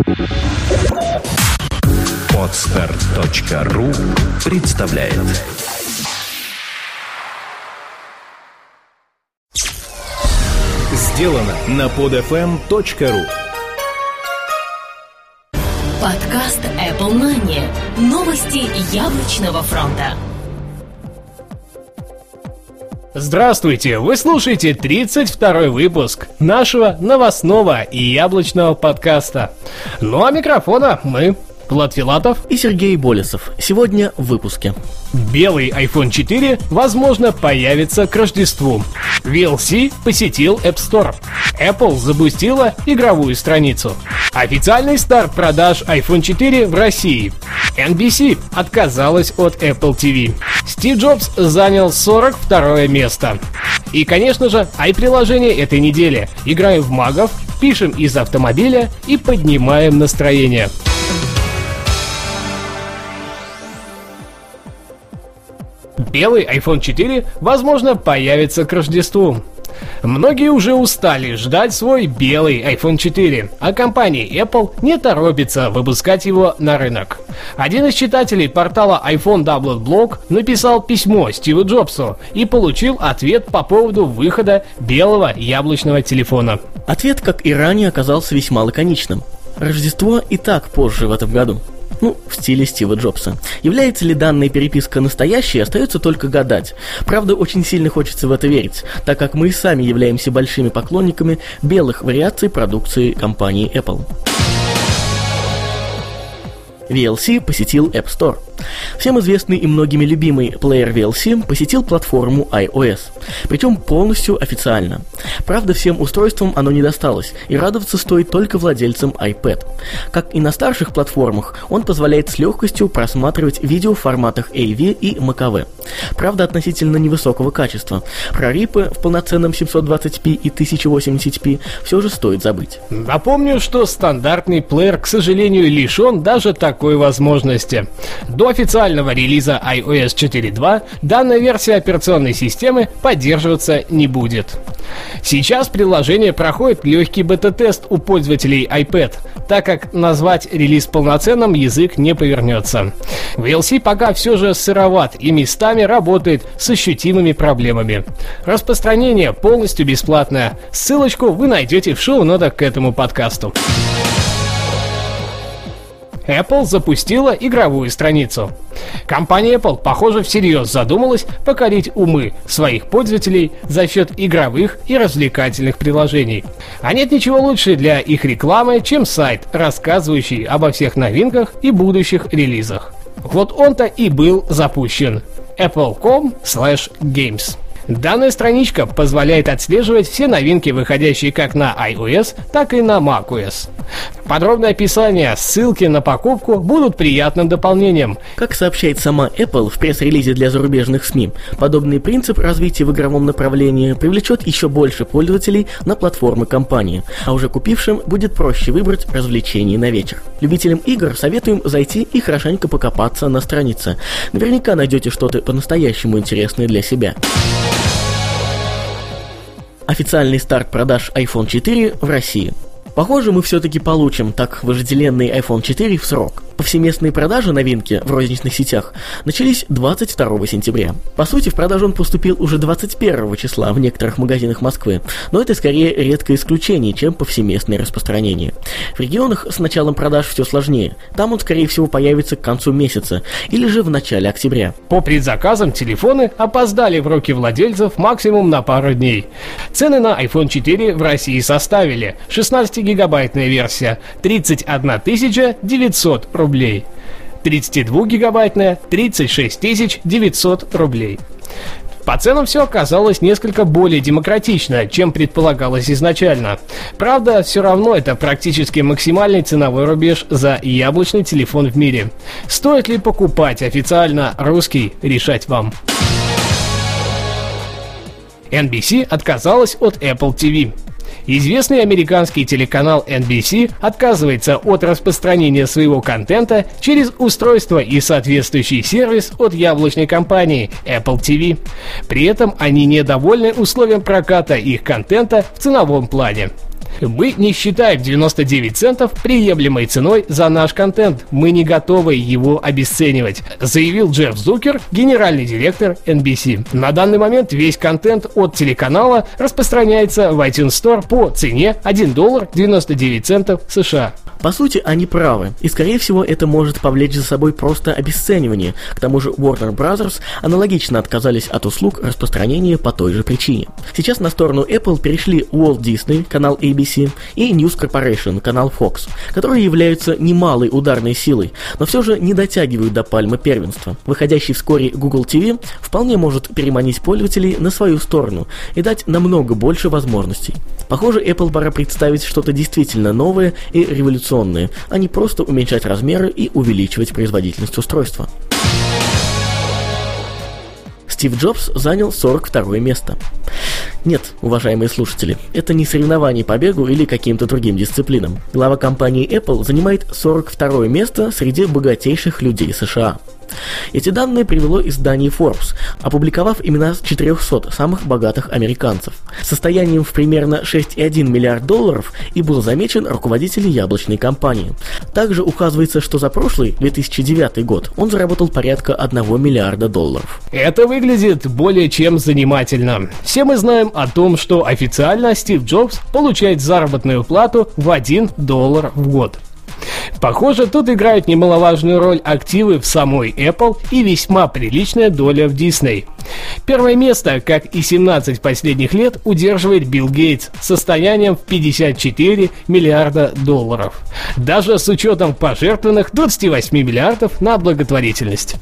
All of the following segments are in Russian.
Podstart.ru представляет. Сделано на podfm.ru. Подкаст Apple Money. Новости яблочного фронта. Здравствуйте! Вы слушаете 32-й выпуск нашего новостного и яблочного подкаста. Ну а микрофона мы, Влад Филатов и Сергей Болесов. Сегодня в выпуске. Белый iPhone 4, возможно, появится к Рождеству. VLC посетил App Store. Apple запустила игровую страницу. Официальный старт продаж iPhone 4 в России. NBC отказалась от Apple TV. Стив Джобс занял 42-е место. И, конечно же, i-приложение этой недели. Играем в магов, пишем из автомобиля и поднимаем настроение. Белый iPhone 4, возможно, появится к Рождеству. Многие уже устали ждать свой белый iPhone 4, а компания Apple не торопится выпускать его на рынок. Один из читателей портала iPhone Tablet Blog написал письмо Стиву Джобсу и получил ответ по поводу выхода белого яблочного телефона. Ответ, как и ранее, оказался весьма лаконичным. Рождество и так позже в этом году. В стиле Стива Джобса. Является ли данная переписка настоящей, остается только гадать. Правда, очень сильно хочется в это верить, так как мы сами являемся большими поклонниками белых вариаций продукции компании Apple. VLC посетил App Store. Всем известный и многими любимый плеер VLC посетил платформу iOS, причем полностью официально. Правда, всем устройствам оно не досталось, и радоваться стоит только владельцам iPad. Как и на старших платформах, он позволяет с легкостью просматривать видео в форматах AV и MKV. Правда, относительно невысокого качества. Про рипы в полноценном 720p и 1080p все же стоит забыть. Напомню, что стандартный плеер, к сожалению, лишен даже такой возможности. До официального релиза iOS 4.2 данная версия операционной системы поддерживаться не будет. Сейчас приложение проходит легкий бета-тест у пользователей iPad, так как назвать релиз полноценным язык не повернется. VLC пока все же сыроват и местами работает с ощутимыми проблемами. Распространение полностью бесплатное. Ссылочку вы найдете в шоу-нотах к этому подкасту. Apple запустила игровую страницу. Компания Apple, похоже, всерьез задумалась покорить умы своих пользователей за счет игровых и развлекательных приложений. А нет ничего лучше для их рекламы, чем сайт, рассказывающий обо всех новинках и будущих релизах. Вот он-то и был запущен. apple.com/games. Данная страничка позволяет отслеживать все новинки, выходящие как на iOS, так и на macOS. Подробное описание, ссылки на покупку будут приятным дополнением. Как сообщает сама Apple в пресс-релизе для зарубежных СМИ, подобный принцип развития в игровом направлении привлечет еще больше пользователей на платформы компании, а уже купившим будет проще выбрать развлечения на вечер. Любителям игр советуем зайти и хорошенько покопаться на странице. Наверняка найдете что-то по-настоящему интересное для себя. Официальный старт продаж iPhone 4 в России. Похоже, мы все-таки получим так вожделенный iPhone 4 в срок. Повсеместные продажи новинки в розничных сетях начались 22 сентября. По сути, в продажу он поступил уже 21 числа в некоторых магазинах Москвы, но это скорее редкое исключение, чем повсеместное распространение. В регионах с началом продаж все сложнее. Там он, скорее всего, появится к концу месяца или же в начале октября. По предзаказам телефоны опоздали в руки владельцев максимум на пару дней. Цены на iPhone 4 в России составили 16-гигабайтная версия 31 900 рублей. 32-гигабайтная 36 900 рублей. По ценам все оказалось несколько более демократично, чем предполагалось изначально. Правда, все равно это практически максимальный ценовой рубеж за яблочный телефон в мире. Стоит ли покупать официально русский, решать вам. NBC отказалась от Apple TV. Известный американский телеканал NBC отказывается от распространения своего контента через устройство и соответствующий сервис от яблочной компании Apple TV. При этом они недовольны условием проката их контента в ценовом плане. Мы не считаем 99 центов приемлемой ценой за наш контент. Мы не готовы его обесценивать, заявил Джефф Зукер, генеральный директор NBC. На данный момент весь контент от телеканала распространяется в iTunes Store по цене $1.99 США. По сути, они правы, и скорее всего это может повлечь за собой просто обесценивание. К тому же Warner Bros. Аналогично отказались от услуг распространения по той же причине. Сейчас на сторону Apple перешли Walt Disney, канал ABC, и News Corporation, канал Fox, которые являются немалой ударной силой, но все же не дотягивают до пальмы первенства. Выходящий вскоре Google TV вполне может переманить пользователей на свою сторону и дать намного больше возможностей. Похоже, Apple пора представить что-то действительно новое и революционное, а не просто уменьшать размеры и увеличивать производительность устройства. Стив Джобс занял 42-е место. Нет, уважаемые слушатели, это не соревнование по бегу или каким-то другим дисциплинам. Глава компании Apple занимает 42-е место среди богатейших людей США. Эти данные привело издание Forbes, опубликовав имена 400 самых богатых американцев. Состоянием в примерно $6,1 миллиард и был замечен руководитель яблочной компании. Также указывается, что за прошлый, 2009 год, он заработал порядка $1 миллиарда. Это выглядит более чем занимательно. Все мы знаем о том, что официально Стив Джобс получает заработную плату в $1 в год. Похоже, тут играют немаловажную роль активы в самой Apple и весьма приличная доля в Disney. Первое место, как и 17 последних лет, удерживает Билл Гейтс с состоянием в $54 миллиарда. Даже с учетом пожертвованных 28 миллиардов на благотворительность.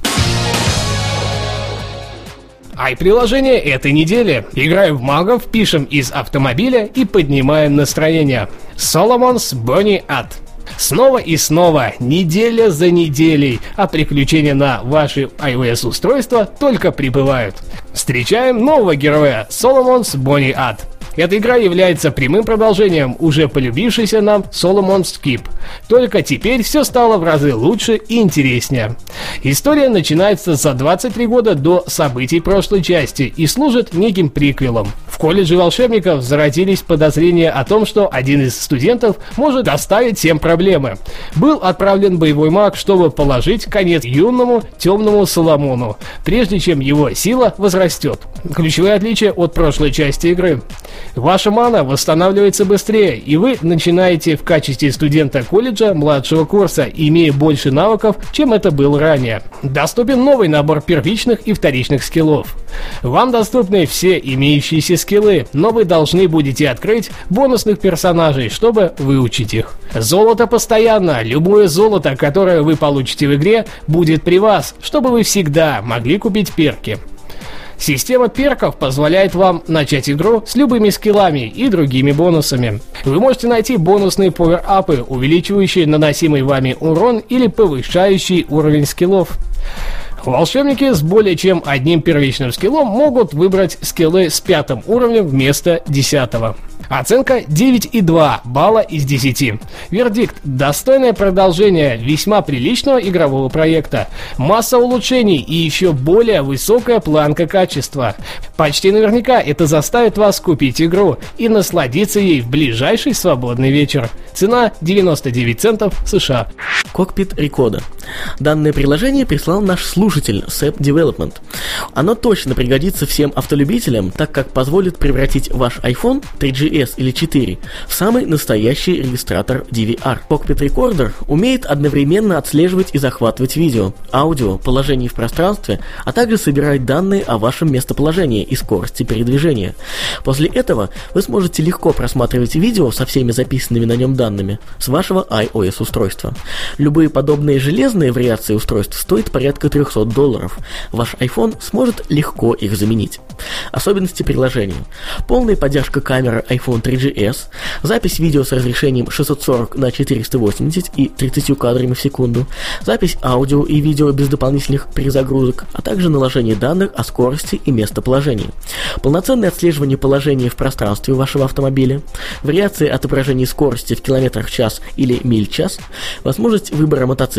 Приложение этой недели. Играем в магов, пишем из автомобиля и поднимаем настроение. Solomon's Bonnie Ad. Снова и снова, неделя за неделей, а приключения на ваши iOS-устройства только прибывают. Встречаем нового героя Solomon's Bonnie Ad. Эта игра является прямым продолжением уже полюбившейся нам Solomon's Keep. Только теперь все стало в разы лучше и интереснее. История начинается за 23 года до событий прошлой части и служит неким приквелом. В колледже волшебников зародились подозрения о том, что один из студентов может доставить всем проблемы. Был отправлен боевой маг, чтобы положить конец юному темному Соломону, прежде чем его сила возрастет. Ключевое отличие от прошлой части игры. Ваша мана восстанавливается быстрее, и вы начинаете в качестве студента колледжа младшего курса, имея больше навыков, чем это было ранее. Доступен новый набор первичных и вторичных скиллов. Вам доступны все имеющиеся скиллы, но вы должны будете открыть бонусных персонажей, чтобы выучить их. Золото постоянно. Любое золото, которое вы получите в игре, будет при вас, чтобы вы всегда могли купить перки. Система перков позволяет вам начать игру с любыми скиллами и другими бонусами. Вы можете найти бонусные пауэр-апы, увеличивающие наносимый вами урон или повышающий уровень скиллов. Волшебники с более чем одним первичным скиллом могут выбрать скиллы с 5 уровнем вместо 10. Оценка 9,2 балла из 10. Вердикт: достойное продолжение весьма приличного игрового проекта. Масса улучшений и еще более высокая планка качества. Почти наверняка это заставит вас купить игру и насладиться ей в ближайший свободный вечер. Цена 99 центов США. Кокпит Рекода. Данное приложение прислал наш слушатель SAP Development. Оно точно пригодится всем автолюбителям, так как позволит превратить ваш iPhone 3GS или 4 в самый настоящий регистратор DVR. Cockpit Recorder умеет одновременно отслеживать и захватывать видео, аудио, положение в пространстве, а также собирать данные о вашем местоположении и скорости передвижения. После этого вы сможете легко просматривать видео со всеми записанными на нем данными с вашего iOS-устройства. Любые подобные железные вариации устройств стоят порядка $300. Ваш iPhone сможет легко их заменить. Особенности приложения. Полная поддержка камеры iPhone 3GS, запись видео с разрешением 640 на 480 и 30 кадрами в секунду, запись аудио и видео без дополнительных перезагрузок, а также наложение данных о скорости и местоположении. Полноценное отслеживание положения в пространстве вашего автомобиля, вариации отображения скорости в километрах в час или миль в час, возможность выбора мотоцикла как средства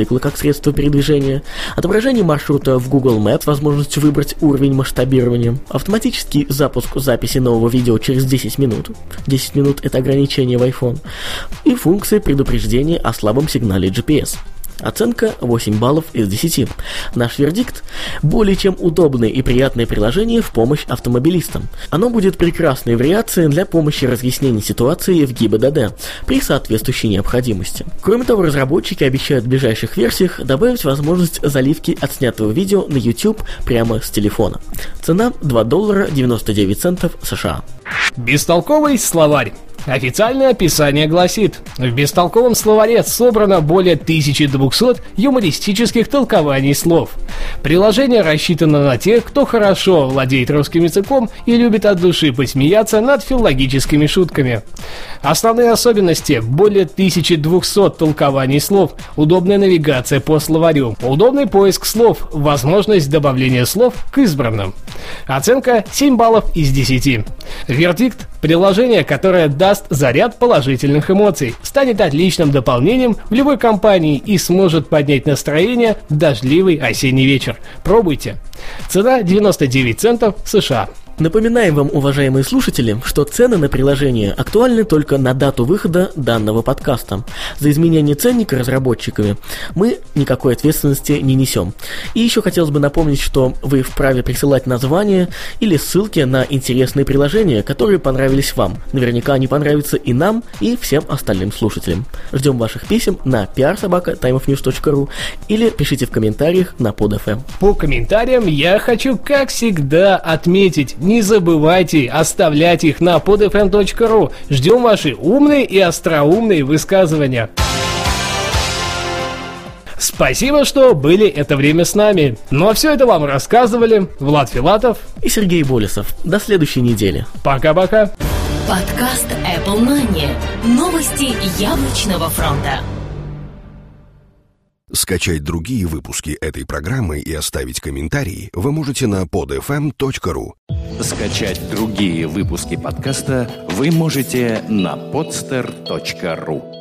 средства передвижения, отображение маршрута в Google Maps с возможностью выбрать уровень масштабирования, автоматический запуск записи нового видео через 10 минут. 10 минут – это ограничение в iPhone. И функция предупреждения о слабом сигнале GPS. Оценка 8 баллов из 10. Наш вердикт – более чем удобное и приятное приложение в помощь автомобилистам. Оно будет прекрасной вариацией для помощи разъяснения ситуации в ГИБДД при соответствующей необходимости. Кроме того, разработчики обещают в ближайших версиях добавить возможность заливки отснятого видео на YouTube прямо с телефона. Цена $2.99 США. Бестолковый словарь. Официальное описание гласит: в бестолковом словаре собрано более 1200 юмористических толкований слов. Приложение рассчитано на тех, кто хорошо владеет русским языком и любит от души посмеяться над филологическими шутками. Основные особенности: более 1200 толкований слов, удобная навигация по словарю, удобный поиск слов, возможность добавления слов к избранным. Оценка 7 баллов из 10. Вердикт: приложение, которое даст заряд положительных эмоций, станет отличным дополнением в любой компании и сможет поднять настроение в дождливый осенний вечер. Пробуйте. Цена 99 центов США. Напоминаем вам, уважаемые слушатели, что цены на приложение актуальны только на дату выхода данного подкаста. За изменение ценника разработчиками мы никакой ответственности не несем. И еще хотелось бы напомнить, что вы вправе присылать названия или ссылки на интересные приложения, которые понравились вам. Наверняка они понравятся и нам, и всем остальным слушателям. Ждем ваших писем на pr@timeofnews.ru или пишите в комментариях на PodFM. По комментариям я хочу, как всегда, отметить: не забывайте оставлять их на podfm.ru. Ждем ваши умные и остроумные высказывания. Спасибо, что были это время с нами. Ну а все это вам рассказывали Влад Филатов и Сергей Болесов. До следующей недели. Пока-пока. Подкаст Apple Money. Новости яблочного фронта. Скачать другие выпуски этой программы и оставить комментарии вы можете на podfm.ru. Скачать другие выпуски подкаста вы можете на podster.ru.